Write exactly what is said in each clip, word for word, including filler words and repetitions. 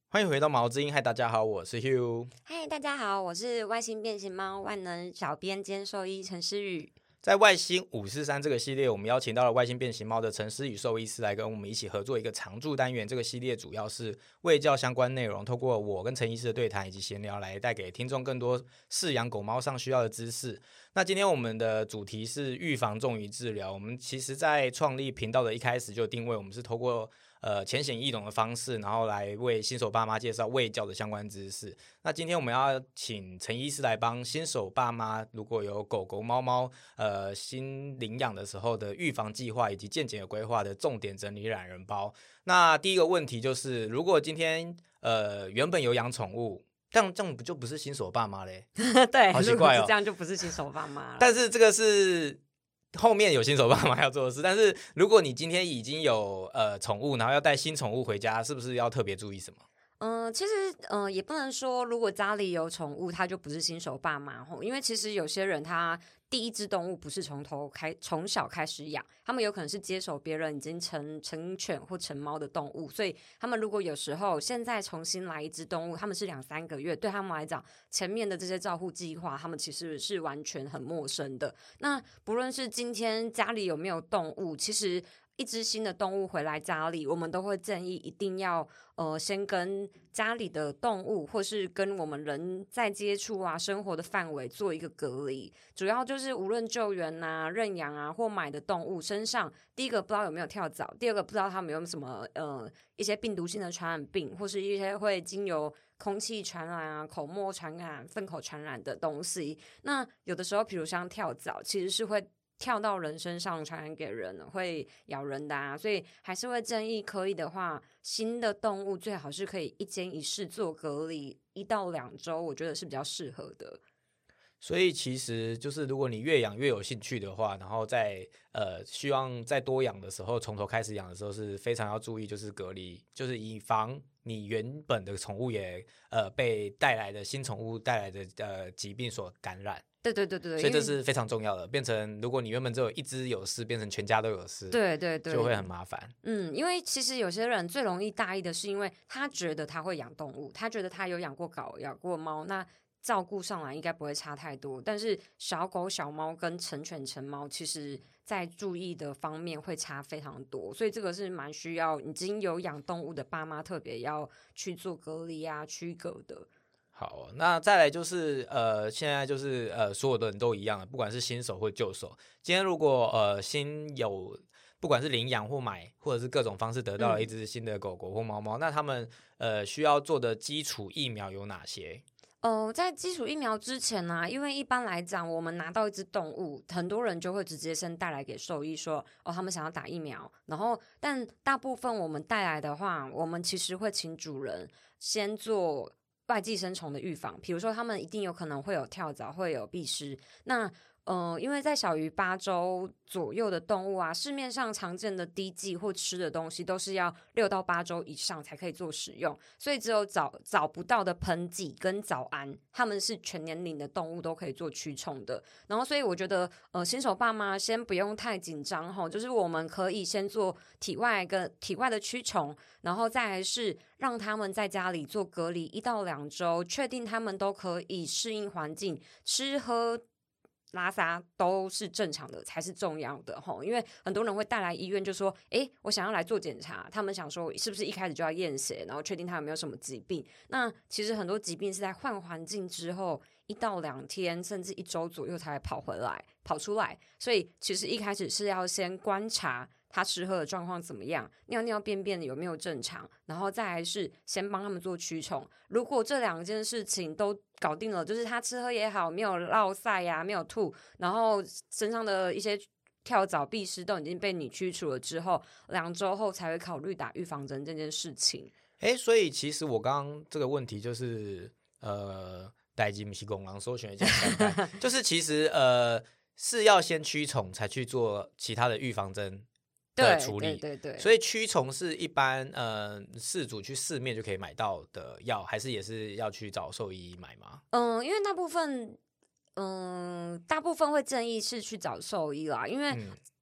欢迎回到毛之音，嗨，大家好，我是 Hugh。 嗨，大家好，我是外星变形猫万能小编兼兽医陈诗雨。 在外星五四三这个系列，我们邀请到了外星变形猫的陈诗雨兽医师来跟我们一起合作一个常驻单元。这个系列主要是卫教相关内容，透过我跟陈医师的对谈以及闲聊，来带给听众更多饲养狗猫上需要的知识。那今天我们的主题是预防重于治疗。我们其实在创立频道的一开始就定位，我们是透过呃浅显易懂的方式，然后来为新手爸妈介绍卫教的相关知识。那今天我们要请陈医师来帮新手爸妈，如果有狗狗猫猫呃新领养的时候的预防计划以及健检的规划的重点整理懒人包。那第一个问题就是，如果今天呃原本有养宠物，这样这样不就不是新手爸妈嘞？ 对， 好奇怪哦， 这样就不是新手爸妈了。 但是这个是后面有新手爸妈要做的事。但是如果你今天已经有呃宠物，然后要带新宠物回家，是不是要特别注意什么？ 嗯、呃，其实嗯、呃，也不能说如果家里有宠物，他就不是新手爸妈吼，因为其实有些人他第一只动物不是从头开从小开始养，他们有可能是接手别人已经成成犬或成猫的动物，所以他们如果有时候现在重新来一只动物，他们是两三个月，对他们来讲，前面的这些照护计划，他们其实是完全很陌生的。那不论是今天家里有没有动物，其实一只新的动物回来家里，我们都会建议一定要呃先跟家里的动物或是跟我们人在接触啊生活的范围做一个隔离，主要就是无论救援啊认养啊或买的动物身上，第一个不知道有没有跳蚤，第二个不知道它们有什么呃一些病毒性的传染病，或是一些会经由空气传染啊口沫传染粪口传染的东西。那有的时候比如像跳蚤其实是会跳到人身上传染给人，会咬人的啊，所以还是会建议可以的话，新的动物最好是可以一间一室做隔离一到两周，我觉得是比较适合的。 所以其实就是如果你越养越有兴趣的话，然后在呃希望再多养的时候，从头开始养的时候是非常要注意，就是隔离，就是以防你原本的宠物也呃被带来的新宠物带来的呃疾病所感染。 对对对对， 所以这是非常重要的，变成如果你原本只有一只有事，变成全家都有事， 对对对， 就会很麻烦。 嗯，因为其实有些人最容易大意的是，因为他觉得他会养动物，他觉得他有养过狗、养过猫，那照顾上来应该不会差太多。但是小狗、小猫跟成犬、成猫，其实在注意的方面会差非常多，所以这个是蛮需要已经有养动物的爸妈特别要去做隔离啊、区隔的。 好，那再来就是呃，现在就是呃，所有的人都一样了，不管是新手或旧手。今天如果呃新有不管是领养或买，或者是各种方式得到了一只新的狗狗或猫猫，嗯、那他们呃需要做的基础疫苗有哪些？ 呃，在基础疫苗之前呢、啊，因为一般来讲，我们拿到一只动物，很多人就会直接先带来给兽医说，哦，他们想要打疫苗。然后，但大部分我们带来的话，我们其实会请主人先做外寄生虫的预防，比如说他们一定有可能会有跳蚤，会有蜱虱。那呃，因为在小于八周左右的动物啊，市面上常见的滴剂或吃的东西都是要六到八周以上才可以做使用，所以只有找找不到的喷剂跟早安，他们是全年龄的动物都可以做驱虫的。然后，所以我觉得呃，新手爸妈先不用太紧张哈，就是我们可以先做体外跟体外的驱虫，然后再来是让他们在家里做隔离一到两周，确定他们都可以适应环境，吃喝拉撒都是正常的才是重要的齁，因为很多人会带来医院就说，诶，我想要来做检查，他们想说是不是一开始就要验血，然后确定他有没有什么疾病。那其实很多疾病是在换环境之后一到两天甚至一周左右才跑回来跑出来，所以其实一开始是要先观察他吃喝的状况怎么样，尿尿便便有没有正常，然后再来是先帮他们做驱虫。如果这两件事情都搞定了，就是他吃喝也好，没有落晒呀，没有吐，然后身上的一些跳蚤、蜱虱都已经被你驱除了之后，两周后才会考虑打预防针这件事情。 哎，所以其实我刚刚这个问题就是呃，代志不是公狼搜寻的这样简单，就是其实呃是要先驱虫才去做其他的预防针的处理， 对对对对， 所以驱虫是一般呃饲主去市面就可以买到的药，还是也是要去找兽医买吗？ 嗯，因为大部分嗯大部分会建议是去找兽医啦，因为、 嗯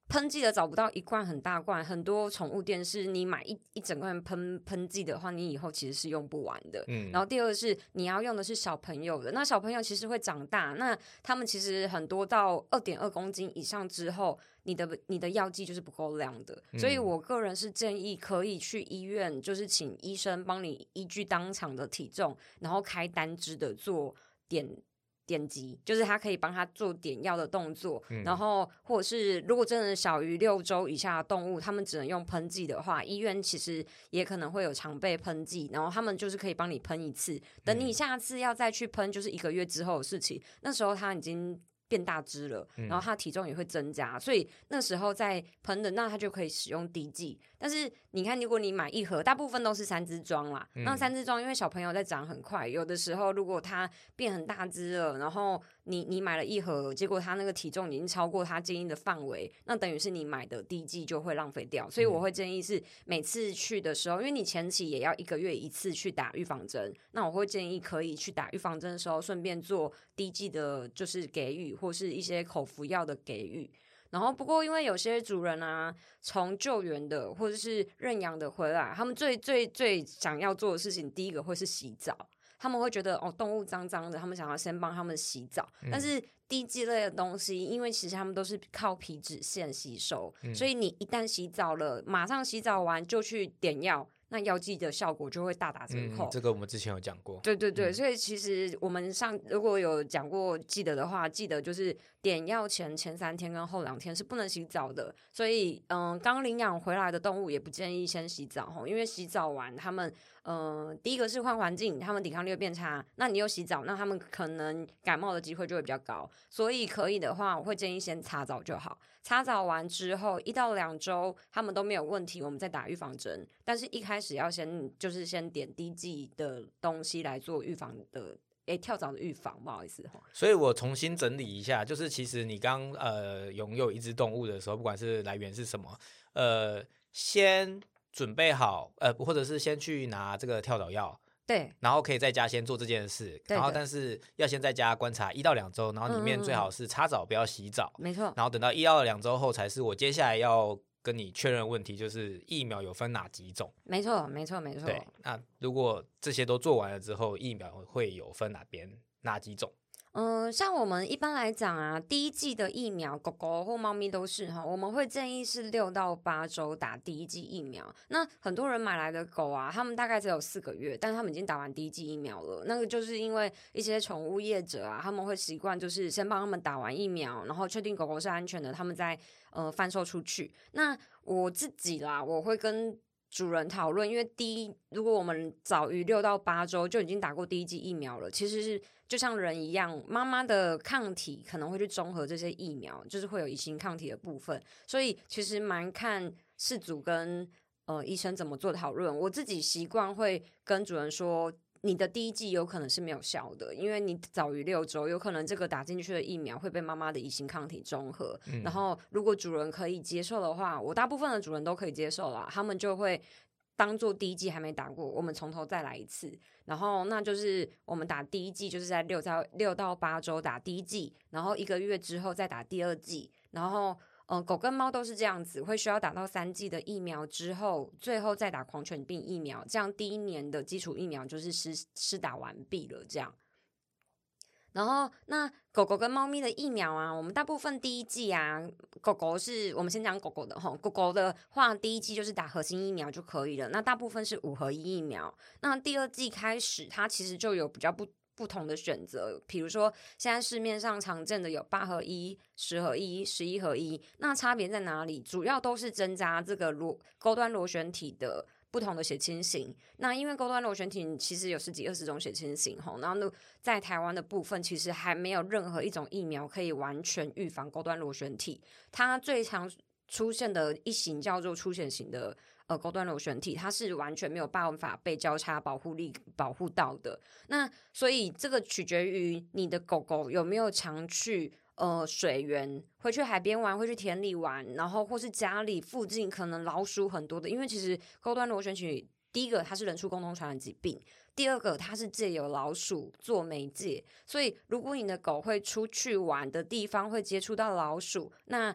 喷剂的找不到一罐很大罐，很多宠物店是你买一一整罐喷喷剂的话，你以后其实是用不完的。嗯，然后第二个是你要用的是小朋友的，那小朋友其实会长大，那他们其实很多到二点二公斤以上之后，你的你的药剂就是不够量的，所以我个人是建议可以去医院，就是请医生帮你依据当场的体重，然后开单支的做点。点击就是他可以帮他做点药的动作、嗯、然后或者是如果真的小于六周以下的动物他们只能用喷剂的话，医院其实也可能会有常备喷剂，然后他们就是可以帮你喷一次，等你下次要再去喷就是一个月之后的事情，那时候他已经变大只了，然后它体重也会增加、嗯、所以那时候再喷的那它就可以使用滴剂。但是你看如果你买一盒大部分都是三支装啦、嗯、那三支装因为小朋友在长很快，有的时候如果它变很大只了，然后你你买了一盒结果它那个体重已经超过它建议的范围，那等于是你买的滴剂就会浪费掉。所以我会建议是每次去的时候，因为你前期也要一个月一次去打预防针，那我会建议可以去打预防针的时候顺便做滴剂的就是给予或是一些口服药的给予。然后不过因为有些主人啊从救援的或者是认养的回来，他们最最最想要做的事情第一个会是洗澡，他们会觉得哦动物脏脏的，他们想要先帮他们洗澡、嗯、但是滴剂类的东西因为其实他们都是靠皮脂腺吸收、嗯、所以你一旦洗澡了马上洗澡完就去点药，那药剂的效果就会大打折扣、 嗯、这个我们之前有讲过。 对对对、嗯、所以其实我们上如果有讲过记得的话，记得就是点药前前三天跟后两天是不能洗澡的，所以嗯，刚领养回来的动物也不建议先洗澡，因为洗澡完他们嗯、呃，第一个是换环境，他们抵抗力会变差，那你又洗澡，那他们可能感冒的机会就会比较高，所以可以的话我会建议先擦澡就好，擦澡完之后一到两周他们都没有问题，我们再打预防针，但是一开始要先就是先点滴剂的东西来做预防的诶，跳蚤的预防，不好意思。 所以我重新整理一下，就是其实你刚呃拥有一只动物的时候，不管是来源是什么，呃，先准备好，呃，或者是先去拿这个跳蚤药， 对， 然后可以在家先做这件事，然后但是要先在家观察一到两周，然后里面最好是擦澡不要洗澡， 没错， 然后等到一到两周后才是我接下来要跟你确认问题，就是疫苗有分哪几种？ 没错，没错，没错。 对，那如果这些都做完了之后，疫苗会有分哪边哪几种？ 嗯、呃，像我们一般来讲啊，第一剂的疫苗，狗狗或猫咪都是哈，我们会建议是六到八周打第一剂疫苗。那很多人买来的狗啊，他们大概只有四个月，但他们已经打完第一剂疫苗了。那个就是因为一些宠物业者啊，他们会习惯就是先帮他们打完疫苗，然后确定狗狗是安全的，他们再呃贩售出去。那我自己啦，我会跟主人讨论，因为第一，如果我们早于六到八周就已经打过第一剂疫苗了，其实是就像人一样，妈妈的抗体可能会去中和这些疫苗，就是会有乙型抗体的部分，所以其实蛮看饲主跟呃医生怎么做讨论。我自己习惯会跟主人说，你的第一剂有可能是没有效的，因为你早于六周，有可能这个打进去的疫苗会被妈妈的乙型抗体中和、嗯、然后如果主人可以接受的话，我大部分的主人都可以接受啦，他们就会当做第一剂还没打过，我们从头再来一次，然后那就是我们打第一剂就是在六到六到八周打第一剂，然后一个月之后再打第二剂，然后呃，狗跟猫都是这样子，会需要打到三剂的疫苗之后，最后再打狂犬病疫苗，这样第一年的基础疫苗就是施施打完毕了，这样。然后那狗狗跟猫咪的疫苗啊，我们大部分第一剂啊，狗狗是我们先讲狗狗的齁，狗狗的话第一剂就是打核心疫苗就可以了，那大部分是五合一疫苗，那第二剂开始它其实就有比较不不同的选择，比如说现在市面上常见的有八合一、十合一、十一合一，那差别在哪里？主要都是增加这个螺钩端螺旋体的不同的血清型，那因为钩端螺旋体其实有十几二十种血清型，然后在台湾的部分其实还没有任何一种疫苗可以完全预防钩端螺旋体，它最常出现的一型叫做出血型的呃钩端螺旋体，它是完全没有办法被交叉保护力保护到的，那所以这个取决于你的狗狗有没有常去呃，水源，会去海边玩，会去田里玩，然后或是家里附近可能老鼠很多的，因为其实钩端螺旋体，第一个它是人畜共同传染疾病，第二个它是借由老鼠做媒介，所以如果你的狗会出去玩的地方会接触到老鼠，那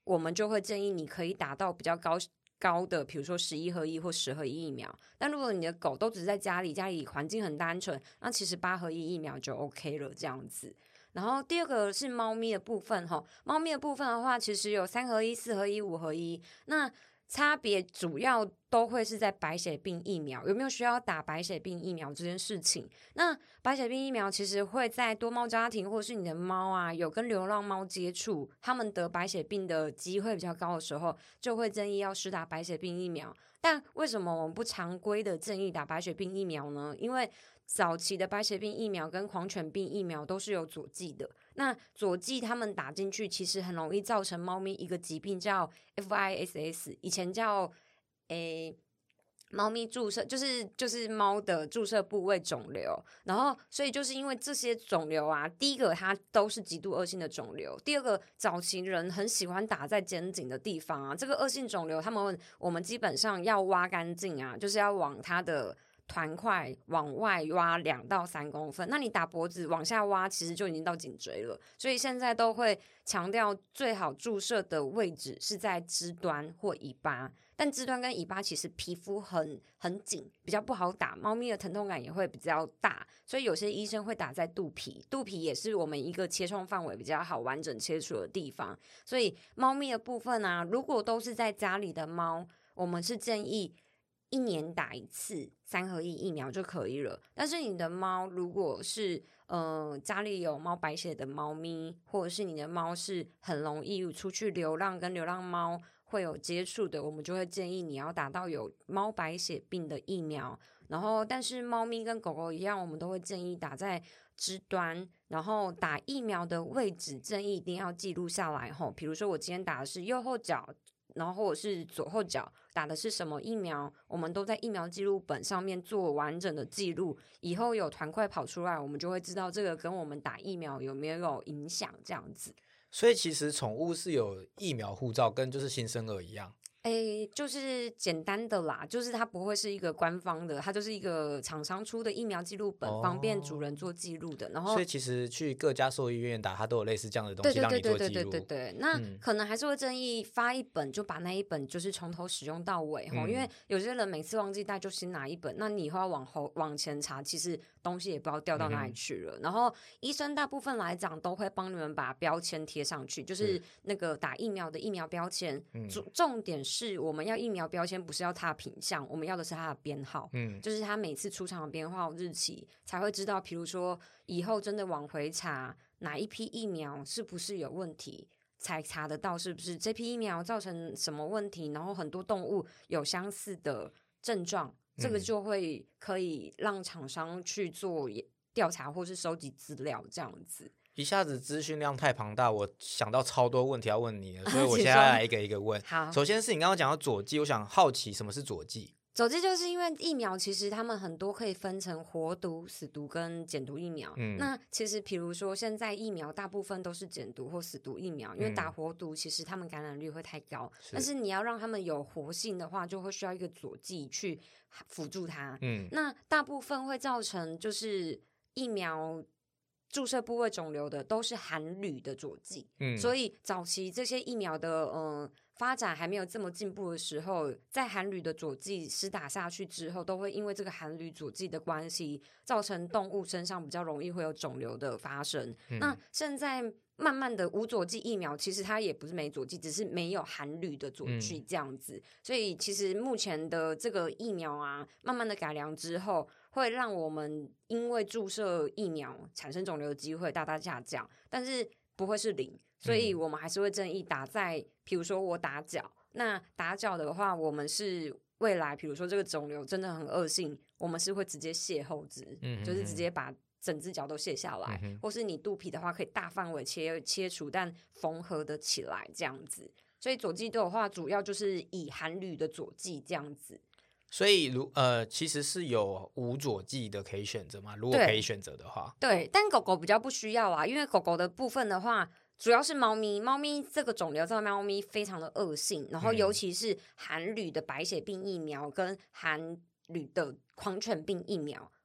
我们就会建议你可以打到比较高高的，比如说十一合一或十合一疫苗。但如果你的狗都只是在家里，家里环境很单纯，那其实八合一疫苗就 OK 了这样子。然后第二个是猫咪的部分哈，猫咪的部分的话，其实有三合一、四合一、五合一，那差别主要都会是在白血病疫苗有没有需要打白血病疫苗这件事情。那白血病疫苗其实会在多猫家庭或是你的猫啊有跟流浪猫接触，他们得白血病的机会比较高的时候，就会建议要施打白血病疫苗。但为什么我们不常规的建议打白血病疫苗呢？因为早期的白血病疫苗跟狂犬病疫苗都是有佐剂的，那佐剂他们打进去其实很容易造成猫咪一个疾病叫 F I S S， 以前叫诶猫咪注射，就是就是猫的注射部位肿瘤。然后所以就是因为这些肿瘤啊，第一个它都是极度恶性的肿瘤，第二个早期人很喜欢打在肩颈的地方啊，这个恶性肿瘤他们我们基本上要挖干净啊，就是要往它的团块往外挖两到三公分，那你打脖子往下挖，其实就已经到颈椎了。所以现在都会强调最好注射的位置是在肢端或尾巴，但肢端跟尾巴其实皮肤很很紧，比较不好打，猫咪的疼痛感也会比较大，所以有些医生会打在肚皮，肚皮也是我们一个切创范围比较好完整切除的地方。所以猫咪的部分啊，如果都是在家里的猫，我们是建议一年打一次三合一疫苗就可以了。但是你的猫如果是呃家里有猫白血的猫咪，或者是你的猫是很容易出去流浪跟流浪猫会有接触的，我们就会建议你要打到有猫白血病的疫苗。然后但是猫咪跟狗狗一样，我们都会建议打在肢端，然后打疫苗的位置建议一定要记录下来吼，比如说我今天打的是右后脚，然后或者是左后脚打的是什么疫苗，我们都在疫苗记录本上面做完整的记录，以后有团块跑出来，我们就会知道这个跟我们打疫苗有没有影响这样子。 所以其实宠物是有疫苗护照，跟就是新生儿一样。 诶，就是简单的啦，就是它不会是一个官方的，它就是一个厂商出的疫苗记录本， 哦方便主人做记录的。然后所以其实去各家兽医院打，它都有类似这样的东西让对对对你做记录。 对对对对对，那、 嗯可能还是会建议发一本，就把那一本就是从头使用到尾哈、 嗯因为有些人每次忘记带就先拿一本，那你以后要往后往前查，其实东西也不知道掉到哪里去了。 嗯、 然后医生大部分来讲都会帮你们把标签贴上去，就是那个打疫苗的疫苗标签。 嗯、 重点是我们要疫苗标签不是要它的品项，我们要的是它的编号， 嗯， 就是它每次出厂的编号日期，才会知道，比如说以后真的往回查哪一批疫苗是不是有问题，才查得到是不是这批疫苗造成什么问题，然后很多动物有相似的症状，这个就会可以让厂商去做调查或是收集资料这样子。 一下子资讯量太庞大，我想到超多问题要问你了，所以我现在来一个一个问。 好， 首先是你刚刚讲到佐剂，我想好奇什么是佐剂？ 佐剂就是因为疫苗其实他们很多可以分成活毒、死毒跟减毒疫苗、嗯、那其实比如说现在疫苗大部分都是减毒或死毒疫苗，因为打活毒其实他们感染率会太高、嗯、但是你要让他们有活性的话，就会需要一个佐剂去辅助它、嗯、那大部分会造成就是疫苗注射部位肿瘤的都是含铝的佐剂、嗯、所以早期这些疫苗的呃发展还没有这么进步的时候，在含铝的佐剂施打下去之后，都会因为这个含铝佐剂的关系，造成动物身上比较容易会有肿瘤的发生、嗯、那现在慢慢的无佐剂疫苗其实它也不是没佐剂，只是没有含铝的佐剂这样子、嗯、所以其实目前的这个疫苗啊慢慢的改良之后，会让我们因为注射疫苗产生肿瘤的机会大大下降，但是不会是零，所以我们还是会建议打在比如说我打脚，那打脚的话我们是未来比如说这个肿瘤真的很恶性，我们是会直接卸后肢、嗯、就是直接把整只脚都卸下来、嗯、或是你肚皮的话可以大范围切切除但缝合的起来这样子。所以佐剂的话主要就是以含铝的佐剂这样子。 所以如呃其实是有无佐剂的可以选择吗？如果可以选择的话。 对，但狗狗比较不需要啊，因为狗狗的部分的话主要是猫咪，猫咪这个肿瘤在猫咪非常的恶性，然后尤其是含铝的白血病疫苗跟含铝的狂犬病疫苗，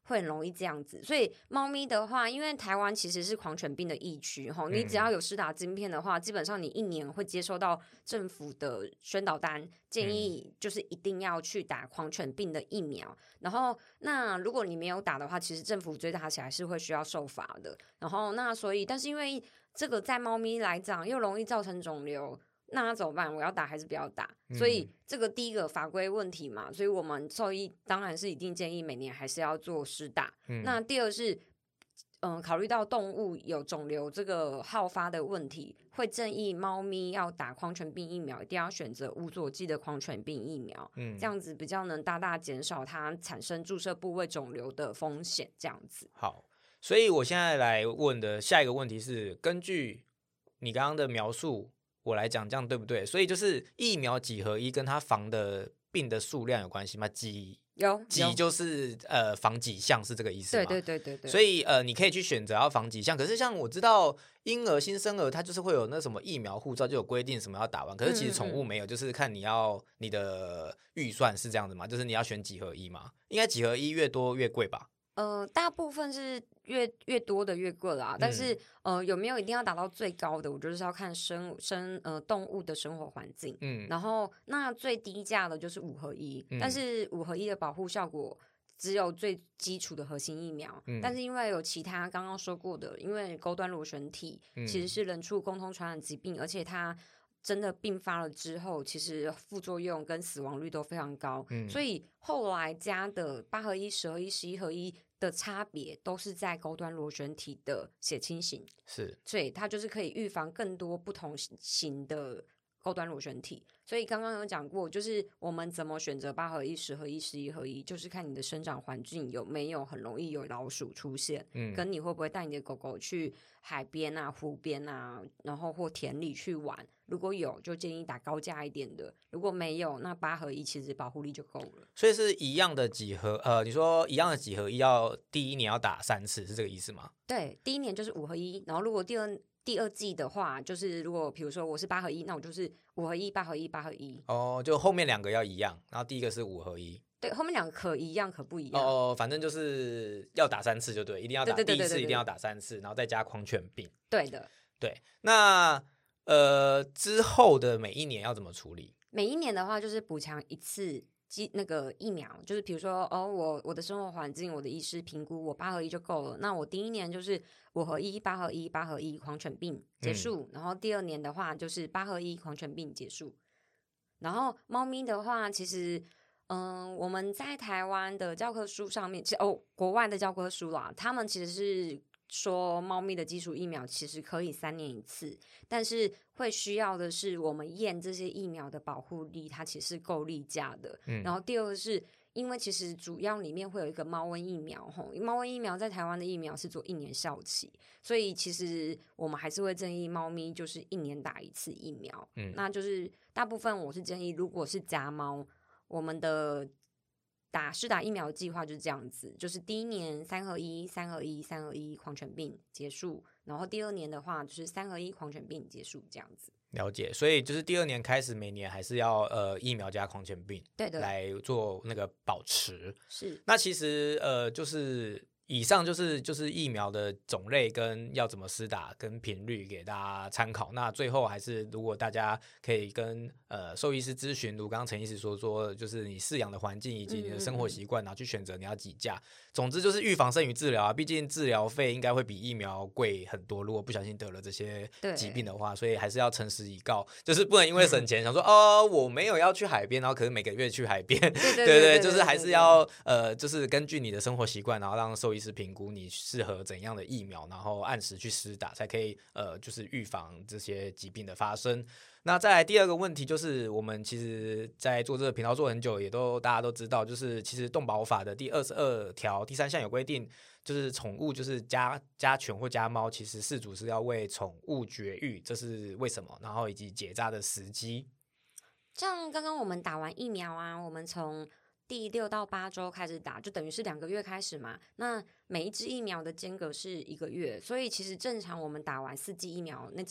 会很容易这样子。所以猫咪的话，因为台湾其实是狂犬病的疫区哈，你只要有施打晶片的话，基本上你一年会接收到政府的宣导单，建议就是一定要去打狂犬病的疫苗。然后那如果你没有打的话，其实政府追打起来是会需要受罚的。然后那所以，但是因为这个在猫咪来讲又容易造成肿瘤，那怎么办？我要打还是不要打？ 嗯、 所以这个第一个法规问题嘛，所以我们兽医当然是一定建议每年还是要做施打。嗯、那第二是，嗯、呃，考虑到动物有肿瘤这个好发的问题，会建议猫咪要打狂犬病疫苗，一定要选择无佐剂的狂犬病疫苗，嗯，这样子比较能大大减少它产生注射部位肿瘤的风险。这样子。 好，所以我现在来问的下一个问题是，根据你刚刚的描述，我来讲，这样对不对？所以就是疫苗几合一跟它防的病的数量有关系吗？几有几就是呃防几项是这个意思吗？ 对对对对对。 所以呃你可以去选择要防几项，可是像我知道婴儿新生儿它就是会有那什么疫苗护照，就有规定什么要打完，可是其实宠物没有，嗯嗯嗯就是看你要你的预算是这样子嘛，就是你要选几合一嘛，应该几合一越多越贵吧？ 呃，大部分是越越多的越贵啦，但是、嗯、呃有没有一定要达到最高的，我就是要看生生呃动物的生活环境，嗯，然后那最低价的就是五合一、嗯，但是五合一的保护效果只有最基础的核心疫苗、嗯，但是因为有其他刚刚说过的，因为钩端螺旋体其实是人畜共同传染疾病，而且它真的并发了之后，其实副作用跟死亡率都非常高、嗯、所以后来加的八合一、十合一、十一合一的差别都是在钩端螺旋体的血清型， 是， 所以它就是可以预防更多不同型的钩端螺旋体。所以刚刚有讲过，就是我们怎么选择八合一、十合一、十一合一，就是看你的生长环境有没有很容易有老鼠出现、嗯、跟你会不会带你的狗狗去海边啊、湖边啊，然后或田里去玩，如果有就建议打高价一点的，如果没有那八合一其实保护力就够了。 所以是一样的几合呃，你说一样的几合一要第一年要打三次是这个意思吗？ 对，第一年就是五合一，然后如果第二第二季的话，就是如果比如说我是八合一，那我就是五合一、八合一、八合一。 哦，就后面两个要一样，然后第一个是五合一。 对，后面两个可一样可不一样。 哦，反正就是要打三次就对，一定要打，第一次一定要打三次，然后再加狂犬病。 对的， 对。那呃之后的每一年要怎么处理？ 每一年的话就是补强一次。那个疫苗就是比如说哦，我我的生活环境，我的医师评估我八合一就够了，那我第一年就是五合一、八合一、八合一狂犬病结束、嗯、然后第二年的话就是八合一狂犬病结束。然后猫咪的话其实嗯，我们在台湾的教科书上面，其实哦国外的教科书啦，他们其实是说猫咪的基础疫苗其实可以三年一次，但是会需要的是我们验这些疫苗的保护力它其实是够力价的、嗯、然后第二个是因为其实主要里面会有一个猫瘟疫苗，猫瘟疫苗在台湾的疫苗是做一年效期，所以其实我们还是会建议猫咪就是一年打一次疫苗、嗯、那就是大部分我是建议如果是家猫，我们的打施打疫苗的计划就是这样子，就是第一年三合一、三合一、三合一狂犬病结束，然后第二年的话就是三合一狂犬病结束这样子。 了解，所以就是第二年开始每年还是要呃疫苗加狂犬病， 对的， 来做那个保持。 是， 那其实呃就是以上就是就是疫苗的种类跟要怎么施打跟频率给大家参考。那最后还是如果大家可以跟呃兽医师咨询，如刚刚陈医师说说，就是你饲养的环境以及你的生活习惯，然后去选择你要几价。总之就是预防胜于治疗啊，毕竟治疗费应该会比疫苗贵很多，如果不小心得了这些疾病的话，所以还是要诚实以告，就是不能因为省钱想说哦我没有要去海边，然后可是每个月去海边，对对 对, 对, 对，就是还是要呃就是根据你的生活习惯，然后让兽医师评估你适合怎样的疫苗，然后按时去施打，才可以呃就是预防这些疾病的发生。那再来第二个问题就是，我们其实在做这个频道做很久，也都大家都知道，就是其实动保法的第二十二条第三项有规定，就是宠物就是家家犬或家猫，其实饲主是要为宠物绝育，这是为什么？然后以及结扎的时机。 像刚刚我们打完疫苗啊，我们从第六到八周开始打，就等于是两个月开始嘛。那每一支疫苗的间隔是一个月，所以其实正常我们打完四剂疫苗，那只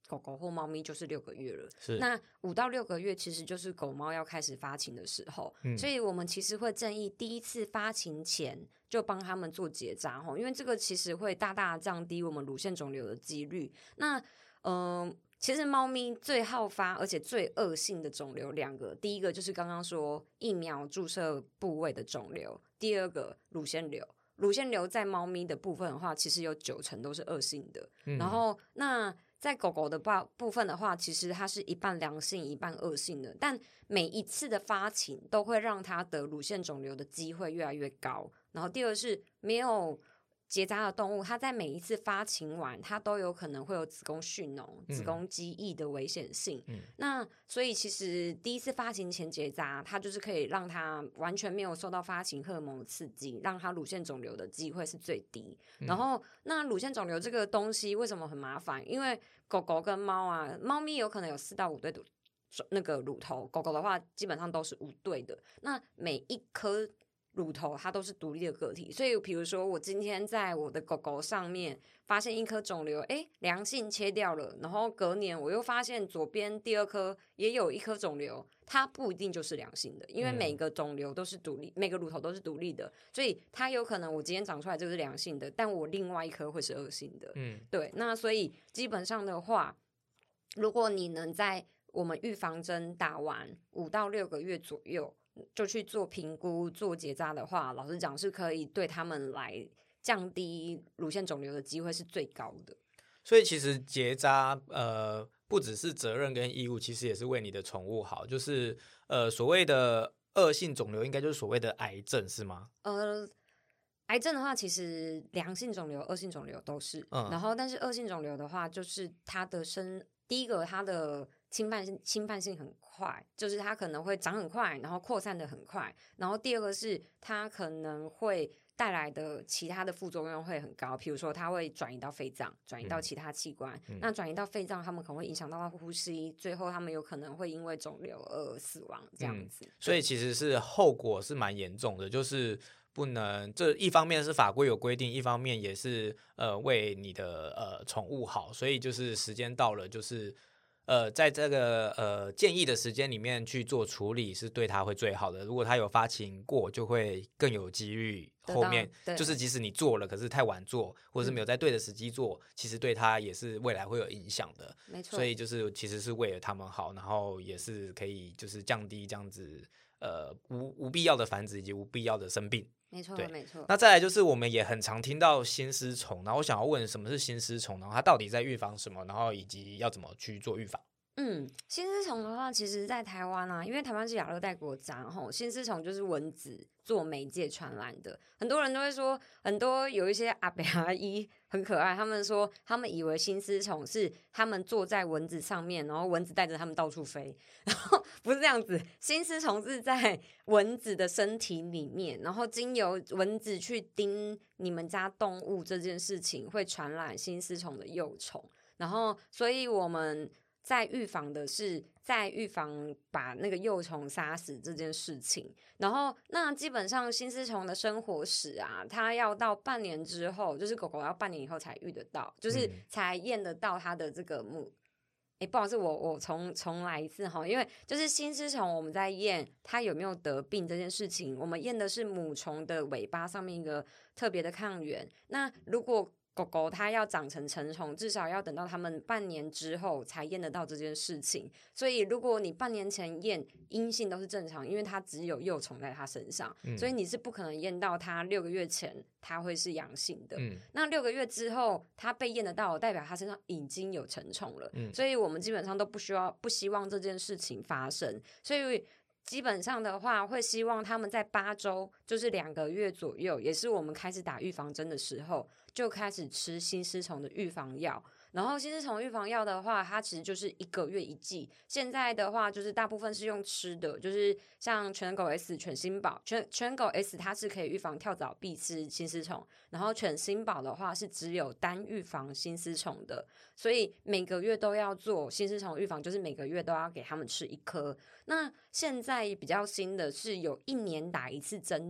狗狗或猫咪就是六个月了。 是那五到六个月其实就是狗猫要开始发情的时候， 嗯、 所以我们其实会建议第一次发情前就帮他们做结扎，因为这个其实会大大降低我们乳腺肿瘤的几率。那嗯、呃，其实猫咪最好发而且最恶性的肿瘤两个，第一个就是刚刚说疫苗注射部位的肿瘤，第二个乳腺瘤。乳腺瘤在猫咪的部分的话，其实有九成都是恶性的。嗯、然后那在狗狗的部分的话，其实它是一半良性一半恶性的，但每一次的发情都会让它得乳腺肿瘤的机会越来越高。然后第二是没有结扎的动物，它在每一次发情完，它都有可能会有子宫蓄脓、嗯、子宫肌液的危险性。嗯、那所以其实第一次发情前结扎，它就是可以让它完全没有受到发情荷尔蒙刺激，让它乳腺肿瘤的机会是最低。嗯、然后那乳腺肿瘤这个东西为什么很麻烦？因为狗狗跟猫啊，猫咪有可能有四到五对那个乳头，狗狗的话基本上都是五对的。那每一颗乳头它都是独立的个体，所以比如说我今天在我的狗狗上面发现一颗肿瘤，诶，良性切掉了，然后隔年我又发现左边第二颗也有一颗肿瘤，它不一定就是良性的，因为每个肿瘤都是独立、嗯、每个乳头都是独立的，所以它有可能我今天长出来这个是良性的，但我另外一颗会是恶性的。嗯，对，那所以基本上的话，如果你能在我们预防针打完五到六个月左右就去做评估做结扎的话，老实讲是可以对他们来降低乳腺肿瘤的机会是最高的。 所以其实结扎呃不只是责任跟义务，其实也是为你的宠物好，就是呃所谓的恶性肿瘤应该就是所谓的癌症是吗？ 呃癌症的话其实良性肿瘤恶性肿瘤都是、嗯、然后但是恶性肿瘤的话就是它的生第一个它的侵犯性侵犯性很快，就是它可能会长很快，然后扩散的很快。然后第二个是它可能会带来的其他的副作用会很高，比如说它会转移到肺脏，转移到其他器官。嗯、那转移到肺脏，他们可能会影响到它呼吸，最后他们有可能会因为肿瘤而死亡，这样子。嗯、 所以其实是后果是蛮严重的，就是不能这一方面是法规有规定，一方面也是呃为你的呃宠物好，所以就是时间到了就是。呃，在这个呃建议的时间里面去做处理是对它会最好的。如果它有发情过，就会更有几率后面就是即使你做了，可是太晚做，或者是没有在对的时机做，嗯、其实对它也是未来会有影响的。 没错， 所以就是其实是为了他们好，然后也是可以就是降低这样子呃无无必要的繁殖以及无必要的生病。 没错，没错。 那再来就是我们也很常听到心丝虫，然后我想要问什么是心丝虫，然后它到底在预防什么，然后以及要怎么去做预防。 嗯，心丝虫的话，其实在台湾啊，因为台湾是亚热带国家，吼，心丝虫就是蚊子做媒介传染的。很多人都会说，很多有一些阿伯阿姨很可爱，他们说他们以为心丝虫是他们坐在蚊子上面，然后蚊子带着他们到处飞，然后不是这样子，心丝虫是在蚊子的身体里面，然后经由蚊子去叮你们家动物这件事情，会传染心丝虫的幼虫，然后所以我们。在预防的是在预防把那个幼虫杀死这件事情，然后那基本上心丝虫的生活史啊，它要到半年之后，就是狗狗要半年以后才遇得到，就是才验得到它的这个母。哎、嗯，不好意思，我我重重来一次哈，因为就是心丝虫我们在验它有没有得病这件事情，我们验的是母虫的尾巴上面一个特别的抗原。那如果狗狗它要长成成虫，至少要等到它们半年之后才验得到这件事情。所以如果你半年前验阴性都是正常，因为它只有幼虫在它身上、嗯、所以你是不可能验到它六个月前它会是阳性的、嗯、那六个月之后它被验得到，代表它身上已经有成虫了、嗯、所以我们基本上都不需要不希望这件事情发生，所以基本上的话会希望他们在八周，就是两个月左右，也是我们开始打预防针的时候，就开始吃心丝虫的预防药。然后心丝虫预防药的话，它其实就是一个月一剂。现在的话，就是大部分是用吃的，就是像犬狗 S、犬心宝、犬犬狗 S， 它是可以预防跳蚤、蜱虱、心丝虫。然后犬心宝的话是只有单预防心丝虫的，所以每个月都要做心丝虫预防，就是每个月都要给他们吃一颗。那现在比较新的是有一年打一次针剂，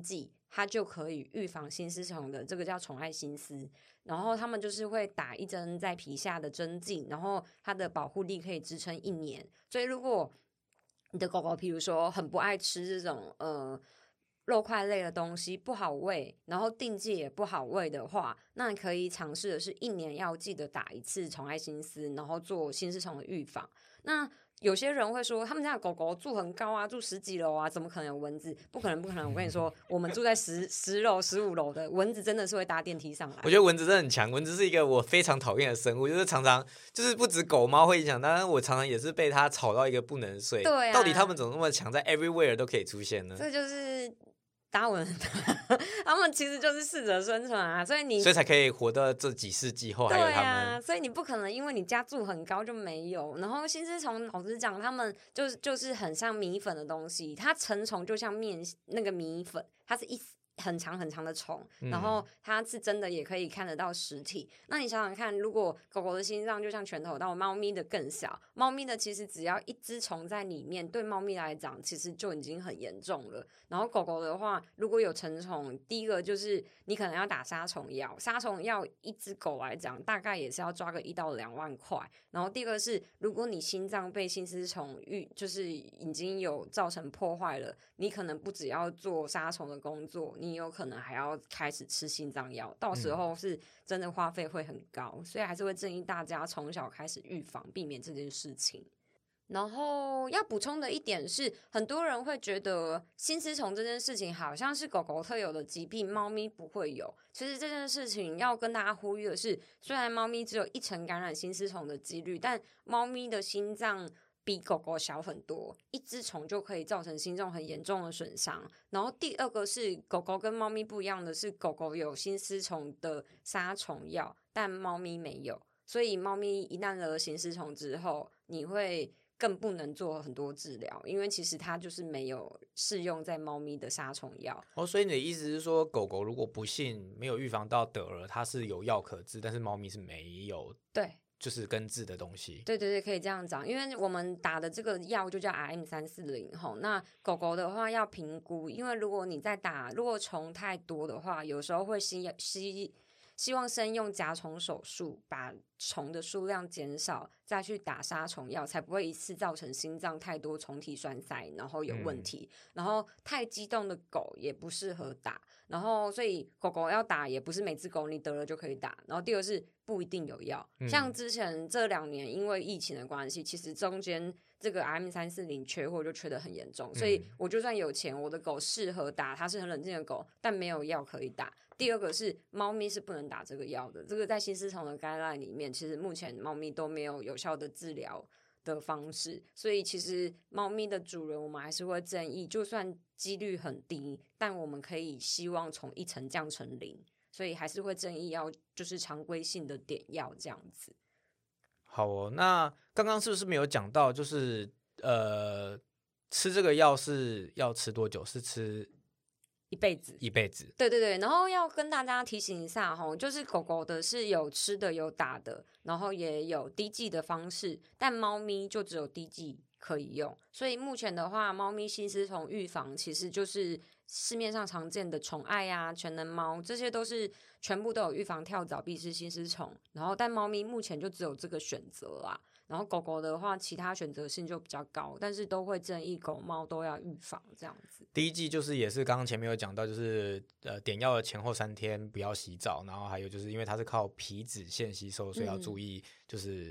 它就可以预防心丝虫的，这个叫宠爱心丝。然后他们就是会打一针在皮下的针剂，然后它的保护力可以支撑一年。所以如果你的狗狗譬如说很不爱吃这种呃肉块类的东西，不好喂，然后定剂也不好喂的话，那你可以尝试的是一年要记得打一次宠爱心丝，然后做心丝虫的预防。那有些人会说他们家的狗狗住很高啊，住十几楼啊，怎么可能有蚊子？不可能不可能，我跟你说我们住在十十楼十五楼的蚊子真的是会搭电梯上来。 我觉得蚊子真的很强，蚊子是一个我非常讨厌的生物，就是常常就是不止狗猫会影响，当然我常常也是被它吵到一个不能睡。 对啊， 到底它们怎么那么强，在 everywhere 都可以出现呢？ 这就是达尔文他们其实就是适者生存啊，所以你所以才可以活到这几世纪后还有他们。 对啊，所以你不可能因为你家住很高就没有。然后心丝虫老实讲，他们就是就是很像米粉的东西，它成虫就像面那个米粉，它是一很长很长的虫，然后它是真的也可以看得到实体。嗯、那你想想看，如果狗狗的心脏就像拳头大，猫咪的更小，猫咪的其实只要一只虫在里面，对猫咪来讲其实就已经很严重了。然后狗狗的话，如果有成虫，第一个就是你可能要打杀虫药，杀虫药一只狗来讲大概也是要抓个一到两万块。然后第二个是，如果你心脏被心丝虫遇就是已经有造成破坏了，你可能不只要做杀虫的工作，你有可能还要开始吃心脏药，到时候是真的花费会很高，嗯、所以还是会建议大家从小开始预防，避免这件事情。然后要补充的一点是，很多人会觉得心丝虫这件事情好像是狗狗特有的疾病，猫咪不会有。其实这件事情要跟大家呼吁的是，虽然猫咪只有一成感染心丝虫的几率，但猫咪的心脏比狗狗小很多，一只虫就可以造成心脏很严重的损伤。然后第二个是狗狗跟猫咪不一样的是，狗狗有心丝虫的杀虫药，但猫咪没有。所以猫咪一旦得了心丝虫之后，你会更不能做很多治疗，因为其实它就是没有适用在猫咪的杀虫药。 哦，所以你的意思是说，狗狗如果不幸没有预防到得了，它是有药可治，但是猫咪是没有， 对， 就是根治的东西。 对对对，可以这样讲，因为我们打的这个药就叫 R M 三四零 吼。那狗狗的话要评估，因为如果你在打，如果虫太多的话，有时候会希希希望先用夹虫手术把虫的数量减少，再去打杀虫药，才不会一次造成心脏太多虫体栓塞，然后有问题。嗯、然后太激动的狗也不适合打，然后所以狗狗要打也不是每只狗你得了就可以打。然后第二是不一定有药，嗯、像之前这两年因为疫情的关系，其实中间这个 R M 三四零 缺货就缺得很严重，所以我就算有钱，我的狗适合打，它是很冷静的狗，但没有药可以打。第二个是猫咪是不能打这个药的，这个在心丝虫的 guideline 里面，其实目前猫咪都没有有效的治疗的方式，所以其实猫咪的主人我们还是会建议，就算几率很低，但我们可以希望从一成降成零，所以还是会建议要就是常规性的点药这样子。 好哦，那刚刚是不是没有讲到，就是呃，吃这个药是要吃多久？是吃一辈子， 一辈子。 对对对，然后要跟大家提醒一下哈，就是狗狗的是有吃的有打的，然后也有滴剂的方式，但猫咪就只有滴剂可以用。所以目前的话，猫咪心丝虫预防其实就是市面上常见的宠爱啊、全能猫，这些都是全部都有预防跳蚤、蜱虱、心丝虫。然后但猫咪目前就只有这个选择啦。然后狗狗的话，其他选择性就比较高，但是都会建议狗猫都要预防这样子。 第一季就是也是刚刚前面有讲到，就是呃点药的前后三天不要洗澡，然后还有就是因为它是靠皮脂腺吸收，所以要注意就是、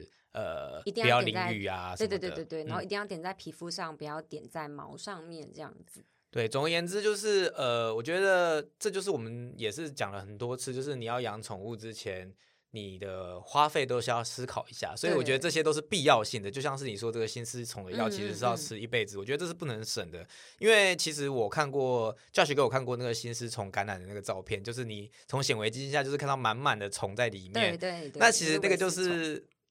嗯、呃一定不要点在淋雨啊什么的。 对对对对对，然后一定要点在皮肤上，嗯、不要点在毛上面这样子。 对，总而言之就是呃，我觉得这就是我们也是讲了很多次，就是你要养宠物之前，你的花费都是要思考一下，所以我觉得这些都是必要性的。就像是你说这个心丝虫的药，其实是要吃一辈子，嗯嗯嗯我觉得这是不能省的。因为其实我看过Josh给我看过那个心丝虫感染的那个照片，就是你从显微镜下就是看到满满的虫在里面。 对对对， 那其实那个就是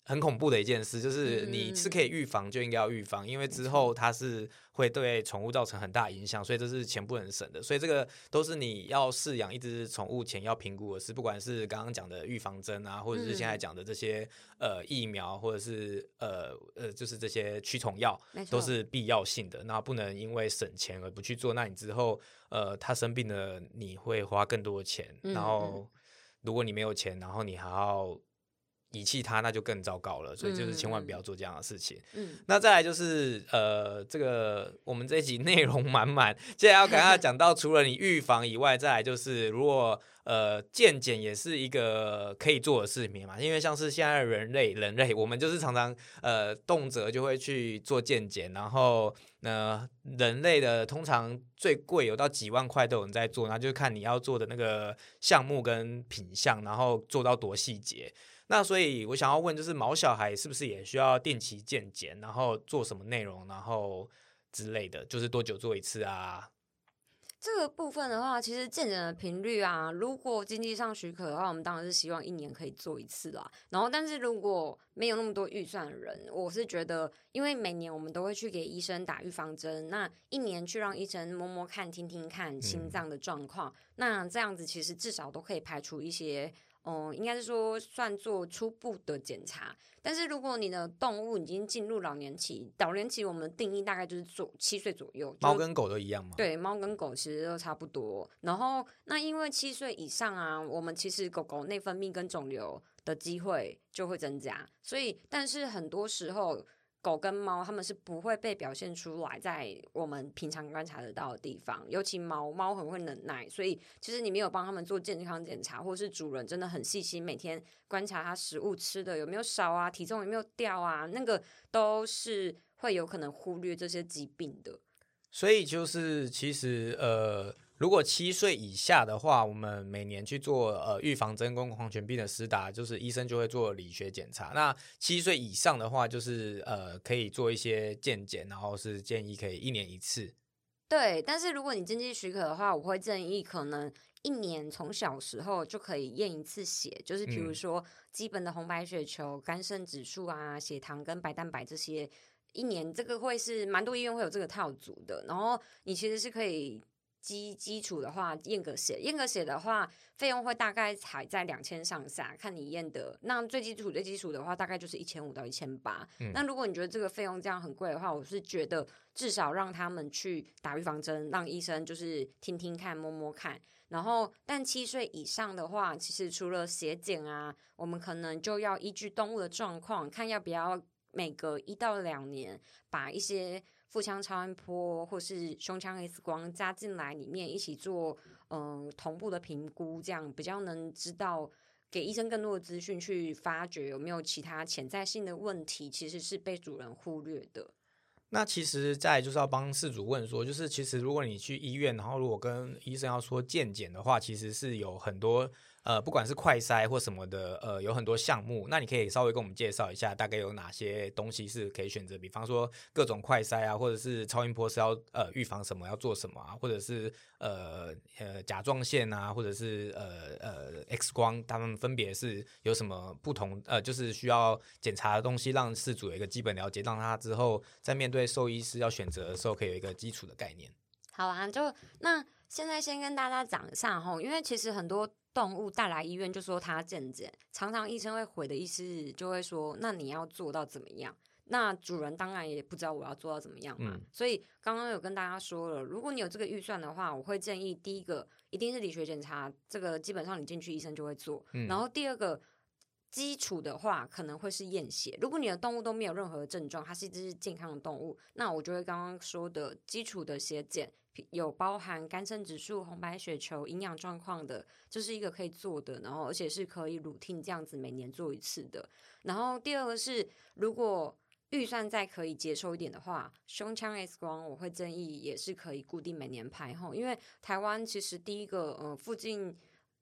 很恐怖的一件事，就是你是可以预防就应该要预防，因为之后它是会对宠物造成很大影响，所以这是钱不能省的。所以这个都是你要饲养一只宠物前要评估的事，不管是刚刚讲的预防针啊，或者是现在讲的这些、呃疫苗，或者是呃呃就是这些驱虫药，都是必要性的。那不能因为省钱而不去做，那你之后呃它生病了，你会花更多的钱， 嗯、 然后如果你没有钱，然后你还要遗弃它，那就更糟糕了，所以就是千万不要做这样的事情。嗯，那再来就是呃，这个我们这一集内容满满，接下来要跟大家讲到，除了你预防以外，再来就是如果呃健检也是一个可以做的事情嘛，因为像是现在的人类，人类我们就是常常呃动辄就会去做健检，然后呢人类的通常最贵有到几万块都有人在做，那就是看你要做的那个项目跟品项，然后做到多细节。那所以我想要问，就是毛小孩是不是也需要定期健检，然后做什么内容，然后之类的，就是多久做一次啊？ 这个部分的话，其实健检的频率啊，如果经济上许可的话，我们当然是希望一年可以做一次啦。然后，但是如果没有那么多预算的人，我是觉得，因为每年我们都会去给医生打预防针，那一年去让医生摸摸看、听听看心脏的状况，嗯、那这样子其实至少都可以排除一些。嗯，应该是说算做初步的检查，但是如果你的动物已经进入老年期，老年期我们的定义大概就是做七岁左右， 猫跟狗都一样吗？ 对，猫跟狗其实都差不多。然后那因为七岁以上啊，我们其实狗狗内分泌跟肿瘤的机会就会增加，所以但是很多时候。狗跟猫，它们是不会被表现出来在我们平常观察得到的地方，尤其猫，猫很会忍耐，所以其实你没有帮它们做健康检查，或是主人真的很细心，每天观察它食物吃的有没有少啊，体重有没有掉啊，那个都是会有可能忽略这些疾病的。 所以就是其实呃。如果七岁以下的话，我们每年去做呃预防针跟狂犬病的施打，就是医生就会做理学检查。那七岁以上的话，就是呃可以做一些健检，然后是建议可以一年一次。 对，但是如果你经济许可的话，我会建议可能一年从小时候就可以验一次血，就是比如说基本的红白血球、肝肾指数啊、血糖跟白蛋白这些，一年这个会是蛮多医院会有这个套组的。然后你其实是可以。基基础的话，验个血，验个血的话，费用会大概才在两千上下，看你验的。那最基础最基础的话，大概就是一千五到一千八。那如果你觉得这个费用这样很贵的话，我是觉得至少让他们去打预防针，让医生就是听听看、摸摸看。然后，但七岁以上的话，其实除了血检啊，我们可能就要依据动物的状况，看要不要每隔一到两年把一些。腹腔超音波或是胸腔 X 光加进来里面一起做，嗯、呃，同步的评估，这样比较能知道给医生更多的资讯，去发掘有没有其他潜在性的问题，其实是被主人忽略的。 那其实再来就是要帮饲主问说，就是其实如果你去医院，然后如果跟医生要说健检的话，其实是有很多呃，不管是快筛或什么的，呃，有很多项目。那你可以稍微跟我们介绍一下，大概有哪些东西是可以选择？比方说各种快筛啊，或者是超音波是要呃预防什么，要做什么啊，或者是呃呃甲状腺啊，或者是呃呃 X 光，他们分别是有什么不同？呃，就是需要检查的东西，让饲主有一个基本了解，让他之后在面对兽医师要选择的时候，可以有一个基础的概念。 好啊，就那现在先跟大家讲一下吼，因为其实很多动物带来医院就说它健检，常常医生会回的意思就会说，那你要做到怎么样？那主人当然也不知道我要做到怎么样嘛，嗯、所以刚刚有跟大家说了，如果你有这个预算的话，我会建议第一个一定是理学检查，这个基本上你进去医生就会做，嗯、然后第二个。基础的话可能会是验血，如果你的动物都没有任何的症状，它是一只健康的动物，那我就会刚刚说的基础的血检有包含肝肾指数、红白血球、营养状况的，这是一个可以做的，然后而且是可以 routine 这样子每年做一次的。然后第二个是，如果预算再可以接受一点的话，胸腔 X 光我会建议也是可以固定每年排吼，因为台湾其实第一个呃附近。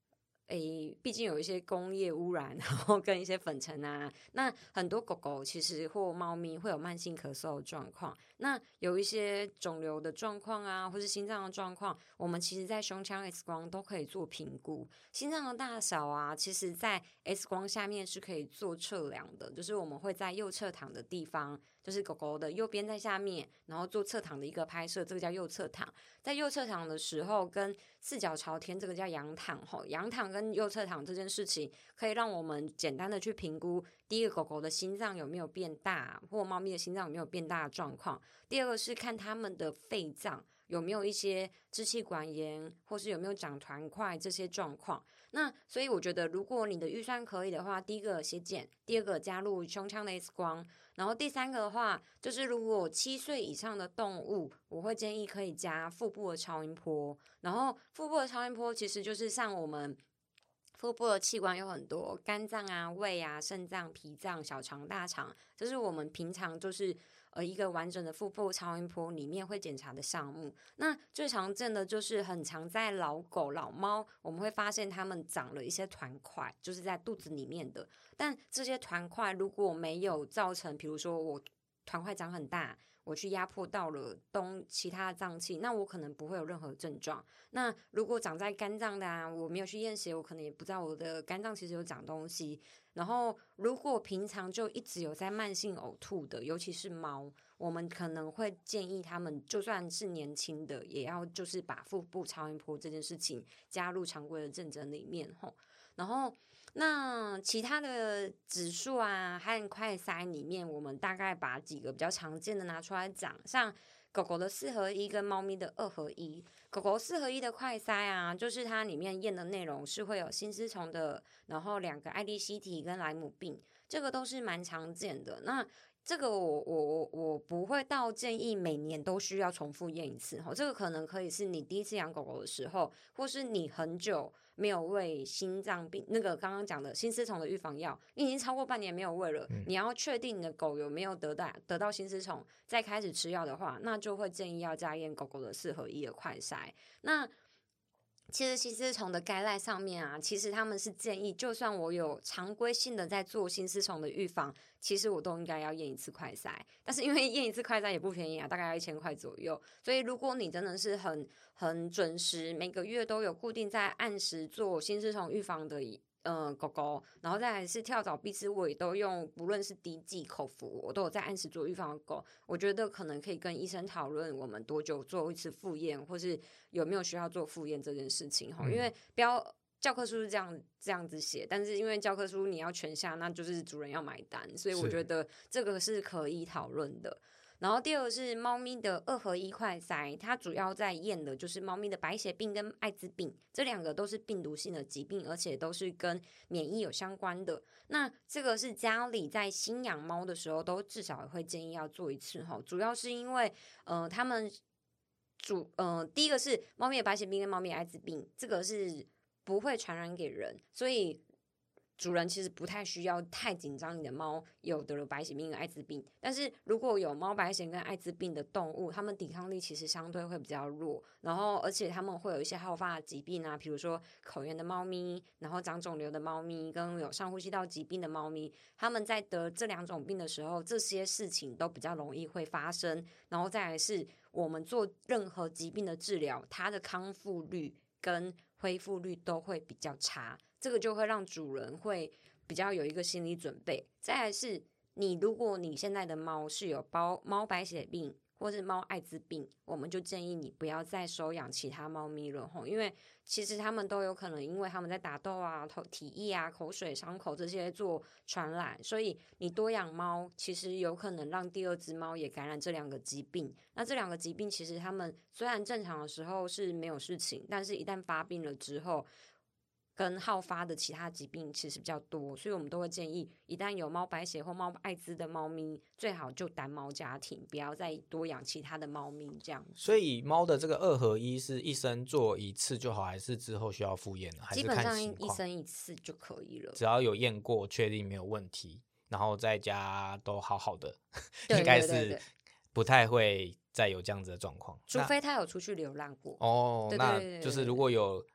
诶，毕竟有一些工业污染，然后跟一些粉尘啊，那很多狗狗其实或猫咪会有慢性咳嗽的状况，那有一些肿瘤的状况啊，或是心脏的状况，我们其实在胸腔 X 光都可以做评估。心脏的大小啊，其实在 X 光下面是可以做测量的，就是我们会在右侧躺的地方，就是狗狗的右边在下面，然后做侧躺的一个拍摄，这个叫右侧躺。在右侧躺的时候，跟四脚朝天，这个叫仰躺。仰躺跟右侧躺这件事情，可以让我们简单的去评估，第一个狗狗的心脏有没有变大，或猫咪的心脏有没有变大的状况。第二个是看它们的肺脏有没有一些支气管炎，或是有没有长团块这些状况。那所以我觉得，如果你的预算可以的话，第一个血检，第二个加入胸腔的 X 光，然后第三个的话，就是如果七岁以上的动物，我会建议可以加腹部的超音波。然后腹部的超音波其实就是像我们腹部的器官有很多，肝脏啊、胃啊、肾脏、脾脏、小肠、大肠，这是我们平常就是呃一个完整的腹部超音波里面会检查的项目。那最常见的就是很常在老狗、老猫，我们会发现它们长了一些团块，就是在肚子里面的。但这些团块如果没有造成，比如说我团块长很大，我去压迫到了东其他的脏器，那我可能不会有任何症状。那如果长在肝脏的啊，我没有去验血，我可能也不知道我的肝脏其实有长东西。然后如果平常就一直有在慢性呕吐的，尤其是猫，我们可能会建议他们就算是年轻的，也要就是把腹部超音波这件事情加入常规的诊诊里面吼。然后那其他的指数啊和快筛里面，我们大概把几个比较常见的拿出来讲，像狗狗的四合一跟猫咪的二合一。狗狗四合一的快筛啊，就是它里面验的内容是会有心丝虫的，然后两个艾利希体跟莱姆病，这个都是蛮常见的。那这个我我我不会到建议每年都需要重复验一次，这个可能可以是你第一次养狗狗的时候，或是你很久没有喂心脏病那个刚刚讲的心丝虫的预防药，你已经超过半年没有喂了， 嗯、 你要确定你的狗有没有得到得到心丝虫再开始吃药的话，那就会建议要加验狗狗的四合一的快筛。那其实心丝虫的guideline上面啊，其实他们是建议，就算我有常规性的在做心丝虫的预防，其实我都应该要验一次快筛。但是因为验一次快筛也不便宜啊，大概要一千块左右。所以如果你真的是很很准时，每个月都有固定在按时做心丝虫预防的呃，狗狗，然后再来是跳蚤、蜱刺，我也都用，不论是滴剂、口服，我都有在按时做预防的狗。我觉得可能可以跟医生讨论，我们多久做一次复验，或是有没有需要做复验这件事情。嗯、因为标教科书是这样这样子写，但是因为教科书你要全下，那就是主人要买单，所以我觉得这个是可以讨论的。然后第二个是猫咪的二合一快筛，它主要在验的就是猫咪的白血病跟艾滋病，这两个都是病毒性的疾病，而且都是跟免疫有相关的。那这个是家里在新养猫的时候都至少会建议要做一次哈，主要是因为呃他们主呃第一个是猫咪的白血病跟猫咪的艾滋病，这个是不会传染给人，所以主人其实不太需要太紧张你的猫有得了白血病跟艾滋病，但是如果有猫白血跟艾滋病的动物，它们抵抗力其实相对会比较弱，然后而且它们会有一些好发的疾病啊，比如说口炎的猫咪，然后长肿瘤的猫咪跟有上呼吸道疾病的猫咪，它们在得这两种病的时候，这些事情都比较容易会发生。然后再来是我们做任何疾病的治疗，它的康复率跟恢复率都会比较差，这个就会让主人会比较有一个心理准备。再来是你如果你现在的猫是有包猫白血病或是猫艾滋病，我们就建议你不要再收养其他猫咪了，因为其实他们都有可能因为他们在打斗啊、体液啊、口水、伤口这些做传染，所以你多养猫其实有可能让第二只猫也感染这两个疾病。那这两个疾病其实他们虽然正常的时候是没有事情，但是一旦发病了之后跟好发的其他疾病其实比较多，所以我们都会建议一旦有猫白血或猫艾滋的猫咪，最好就单猫家庭，不要再多养其他的猫咪这样。 所以猫的这个二合一是一生做一次就好，还是之后需要复验呢？还是看情况？ 基本上一生一次就可以了， 只要有验过确定没有问题，然后在家都好好的， 对对对对， 应该是不太会再有这样子的状况， 除非他有出去流浪过哦。 对对对对对， 那就是如果有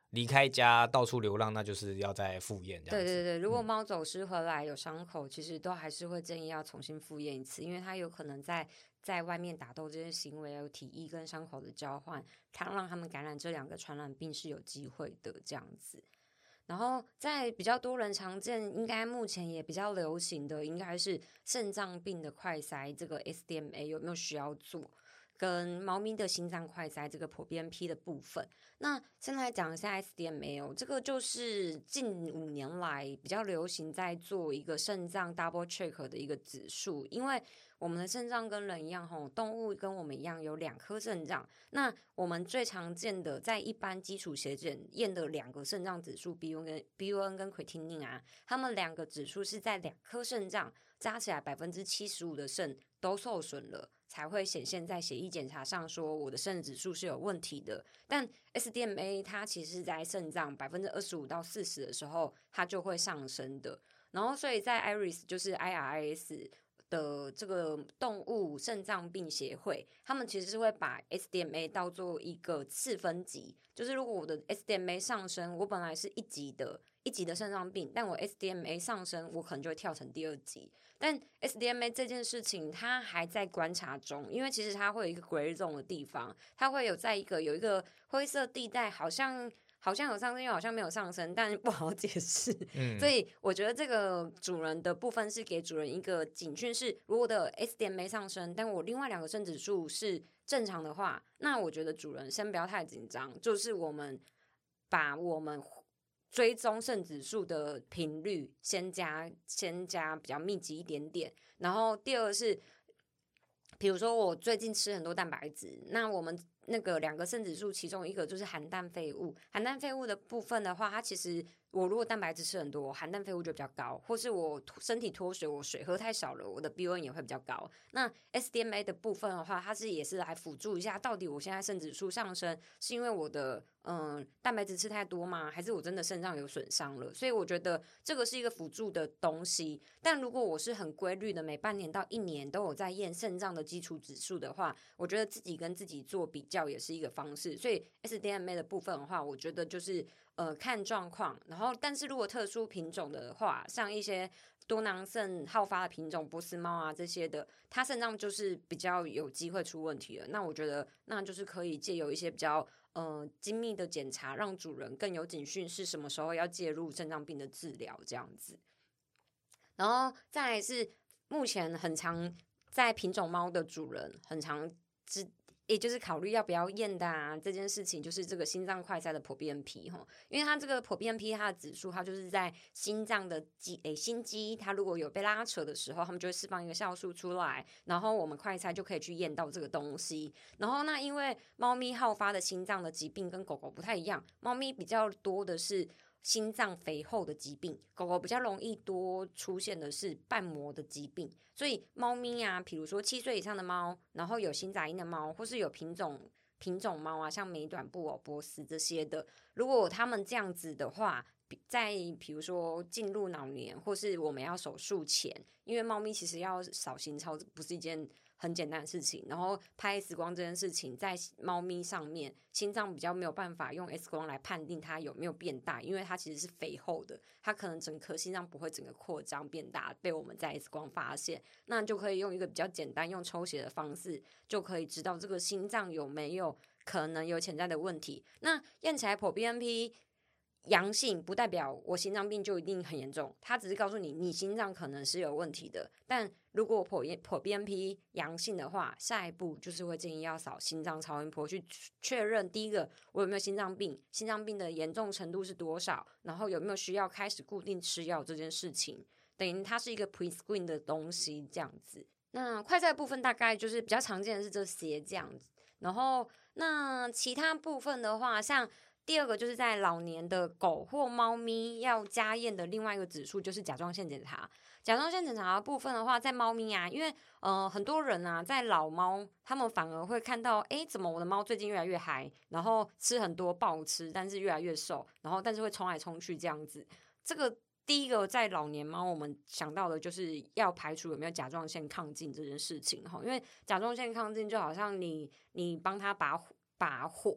离开家到处流浪，那就是要再复验这样子。 对对对，如果猫走失回来有伤口，嗯、其实都还是会建议要重新复验一次，因为它有可能在在外面打斗这些行为有体液跟伤口的交换，它让他们感染这两个传染病是有机会的这样子。然后在比较多人常见，应该目前也比较流行的，应该是肾脏病的快筛，这个 S D M A 有没有需要做？跟猫咪的心脏快筛这个 P R O B N P 的部分，那先来讲一下 S D M A 哦，这个就是近五年来比较流行在做一个肾脏 double check 的一个指数，因为我们的肾脏跟人一样吼，动物跟我们一样有两颗肾脏，那我们最常见的在一般基础血检验的两个肾脏指数 B U N 跟 B U N 跟 creatinine 啊，它们两个指数是在两颗肾脏加起来百分之七十五的肾都受损了，才会显现在血液检查上说我的肾指数是有问题的。但 S D M A 它其实在肾脏百分之二十五到四十的时候，它就会上升的。然后所以在 I R I S 就是 I R I S 的这个动物肾脏病协会，他们其实是会把 S D M A 当做一个次分级，就是如果我的 S D M A 上升，我本来是一级的一级的肾脏病，但我 S D M A 上升，我可能就会跳成第二级。但 S D M A 这件事情它还在观察中，因为其实它会有一个 gray zone 的地方，它会有在一个有一个灰色地带，好像好像有上升又好像没有上升，但不好解释、嗯、所以我觉得这个主人的部分是给主人一个警讯，是如果我的 S D M A 上升，但我另外两个肾指数是正常的话，那我觉得主人先不要太紧张，就是我们把我们追踪肾指数的频率先加先加比较密集一点点，然后第二个是比如说我最近吃很多蛋白质，那我们那个两个肾指数其中一个就是含氮废物，含氮废物的部分的话，它其实我如果蛋白质吃很多，含氮废物就比较高，或是我身体脱水，我水喝太少了，我的 B U N 也会比较高。那 S D M A 的部分的话，它是也是来辅助一下，到底我现在肾指数上升是因为我的嗯蛋白质吃太多吗？还是我真的肾脏有损伤了？所以我觉得这个是一个辅助的东西。但如果我是很规律的，每半年到一年都有在验肾脏的基础指数的话，我觉得自己跟自己做比较也是一个方式。所以 S D M A 的部分的话，我觉得就是呃看状况，然后但是如果特殊品种的话，像一些多囊肾好发的品种，波斯猫啊这些的，它肾脏就是比较有机会出问题了。那我觉得那就是可以借由一些比较呃精密的检查，让主人更有警讯，是什么时候要介入肾脏病的治疗这样子。然后再来是目前很常在品种猫的主人很常知。也就是考虑要不要验的啊，这件事情就是这个心脏快筛的 P R O B N P 哈，因为它这个 P R O B N P 它的指数，它就是在心脏的肌诶心肌，它如果有被拉扯的时候，他们就会释放一个酵素出来，然后我们快筛就可以去验到这个东西。然后那因为猫咪好发的心脏的疾病跟狗狗不太一样，猫咪比较多的是心脏肥厚的疾病，狗狗比较容易多出现的是瓣膜的疾病，所以猫咪啊，比如说七岁以上的猫，然后有心杂音的猫，或是有品种品种猫啊，像美短布偶、波斯这些的，如果他们这样子的话，在比如说进入老年或是我们要手术前，因为猫咪其实要扫心操不是一件很简单的事情，然后拍 X 光这件事情在猫咪上面心脏比较没有办法用 X 光来判定它有没有变大，因为它其实是肥厚的，它可能整颗心脏不会整个扩张变大，被我们在 X 光发现，那就可以用一个比较简单用抽血的方式就可以知道这个心脏有没有可能有潜在的问题。那验起来 P R O B N P阳性不代表我心脏病就一定很严重，它只是告诉你你心脏可能是有问题的。但如果 P R O B N P 阳性的话，下一步就是会建议要扫心脏超音波去确认，第一个我有没有心脏病，心脏病的严重程度是多少，然后有没有需要开始固定吃药这件事情，等于它是一个 pre-screen 的东西这样子。那快筛部分大概就是比较常见的是这些这样子，然后那其他部分的话，像第二个就是在老年的狗或猫咪要加验的另外一个指数就是甲状腺检查。甲状腺检查的部分的话，在猫咪啊，因为呃很多人啊在老猫，他们反而会看到，哎，怎么我的猫最近越来越嗨，然后吃很多暴吃，但是越来越瘦，然后但是会冲来冲去这样子。这个第一个在老年猫我们想到的就是要排除有没有甲状腺亢进这件事情，因为甲状腺亢进就好像你你帮它把把火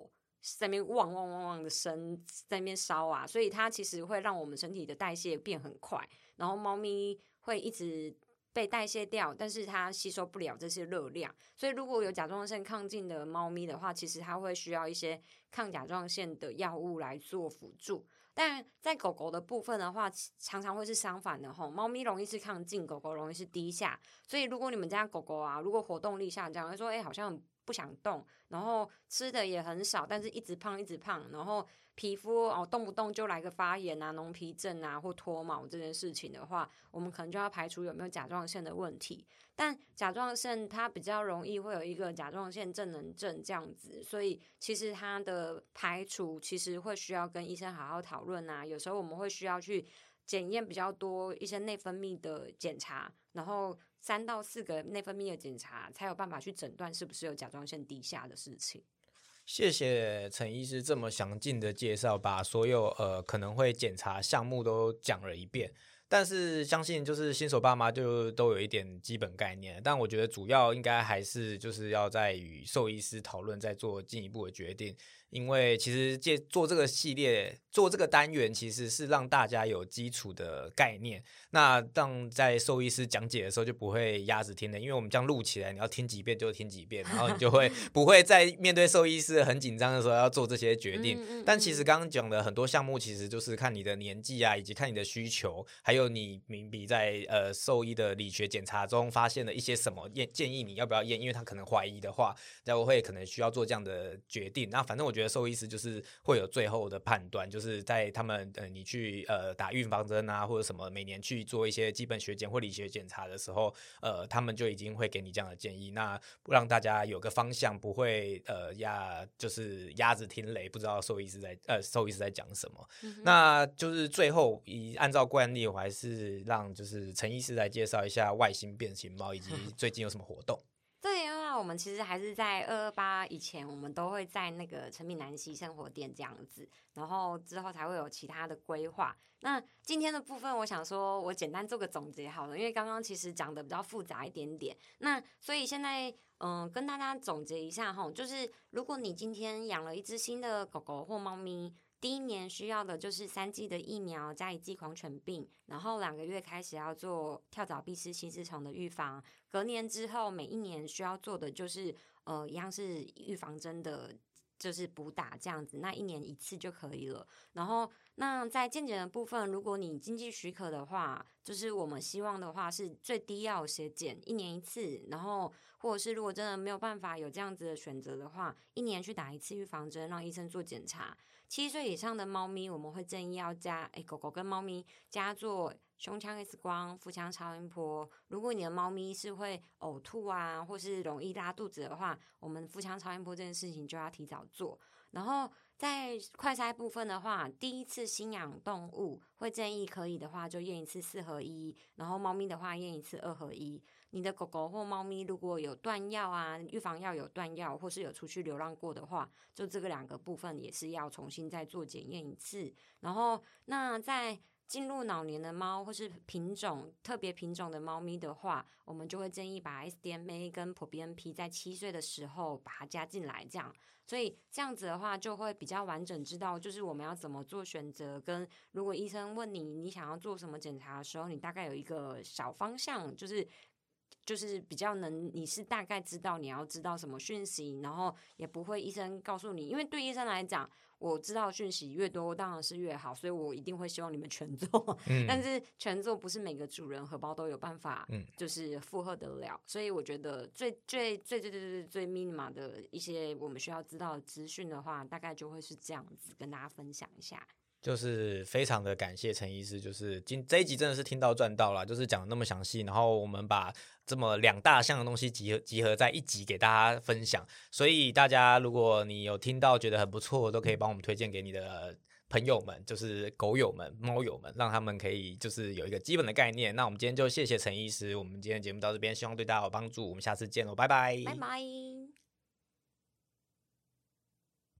在那边旺旺旺旺的生，在那边烧啊，所以它其实会让我们身体的代谢变很快，然后猫咪会一直被代谢掉，但是它吸收不了这些热量，所以如果有甲状腺亢进的猫咪的话，其实它会需要一些抗甲状腺的药物来做辅助。但在狗狗的部分的话，常常会是相反的吼，猫咪容易是亢进，狗狗容易是低下。所以如果你们家狗狗啊，如果活动力下降，会说哎、欸，好像不想动，然后吃的也很少，但是一直胖一直胖，然后皮肤哦动不动就来个发炎啊、脓皮症啊或脱毛这件事情的话，我们可能就要排除有没有甲状腺的问题。但甲状腺它比较容易会有一个甲状腺正能症这样子，所以其实它的排除其实会需要跟医生好好讨论啊。有时候我们会需要去检验比较多一些内分泌的检查，然后三到四个内分泌的检查才有办法去诊断是不是有甲状腺低下的事情。 谢谢陈医师这么详尽的介绍，把所有呃可能会检查项目都讲了一遍。但是相信就是新手爸妈就都有一点基本概念，但我觉得主要应该还是就是要在与兽医师讨论，再做进一步的决定。因为其实借做这个系列做这个单元其实是让大家有基础的概念，那让在兽医师讲解的时候就不会鸭子听的，因为我们这样录起来你要听几遍就听几遍，然后你就会不会在面对兽医师很紧张的时候要做这些决定。嗯嗯嗯，但其实刚刚讲的很多项目其实就是看你的年纪啊，以及看你的需求，还有你明比在呃兽医的理学检查中发现了一些什么，建议你要不要验，因为他可能怀疑的话就会可能需要做这样的决定。那反正我觉得兽医师就是会有最后的判断，就是在他们呃你去呃打预防针啊或者什么每年去做一些基本学检或理学检查的时候，呃他们就已经会给你这样的建议，那让大家有个方向，不会呃鸭就是鸭子听雷，不知道兽医师在呃兽医师在讲什么。嗯、那就是最后以按照惯例，我还是让就是陈医师来介绍一下外星变形猫以及最近有什么活动。 对啊，我们其实还是在二二八以前，我们都会在那个陈品南西生活店这样子，然后之后才会有其他的规划。那今天的部分，我想说，我简单做个总结好了，因为刚刚其实讲的比较复杂一点点。那所以现在，嗯、呃，跟大家总结一下哈，就是如果你今天养了一只新的狗狗或猫咪，第一年需要的就是三剂的疫苗加一剂狂犬病，然后两个月开始要做跳蚤、蜱虱、心丝虫的预防。隔年之后，每一年需要做的就是呃，一样是预防针的，就是补打这样子，那一年一次就可以了。然后，那在健检的部分，如果你经济许可的话，就是我们希望的话是最低要有血检，一年一次。然后，或者是如果真的没有办法有这样子的选择的话，一年去打一次预防针，让医生做检查。七岁以上的猫咪，我们会建议要加，哎，狗狗跟猫咪加做胸腔 X 光、腹腔超音波。如果你的猫咪是会呕吐啊，或是容易拉肚子的话，我们腹腔超音波这件事情就要提早做。然后在快筛部分的话，第一次新养动物会建议可以的话就验一次四合一，然后猫咪的话验一次二合一。你的狗狗或猫咪如果有断药啊，预防药有断药，或是有出去流浪过的话，就这个两个部分也是要重新再做检验一次。然后那在进入老年的猫或是品种特别品种的猫咪的话，我们就会建议把 S D M A 跟 P R O B N P 在七岁的时候把它加进来，这样，所以这样子的话就会比较完整知道就是我们要怎么做选择，跟如果医生问你你想要做什么检查的时候，你大概有一个小方向，就是就是比较能，你是大概知道你要知道什么讯息，然后也不会医生告诉你，因为对医生来讲，我知道讯息越多当然是越好，所以我一定会希望你们全做，嗯、但是全做不是每个主人荷包都有办法，就是负荷得了，所以我觉得最最最最最最最 minima 的一些我们需要知道的资讯的话，大概就会是这样子跟大家分享一下。 就是非常的感谢陈医师，就是今这一集真的是听到赚到了，就是讲的那么详细，然后我们把这么两大项的东西集合集合在一集给大家分享，所以大家如果你有听到觉得很不错，都可以帮我们推荐给你的朋友们，就是狗友们、猫友们，让他们可以就是有一个基本的概念。那我们今天就谢谢陈医师，我们今天的节目到这边，希望对大家有帮助，我们下次见喽，拜拜， 拜拜。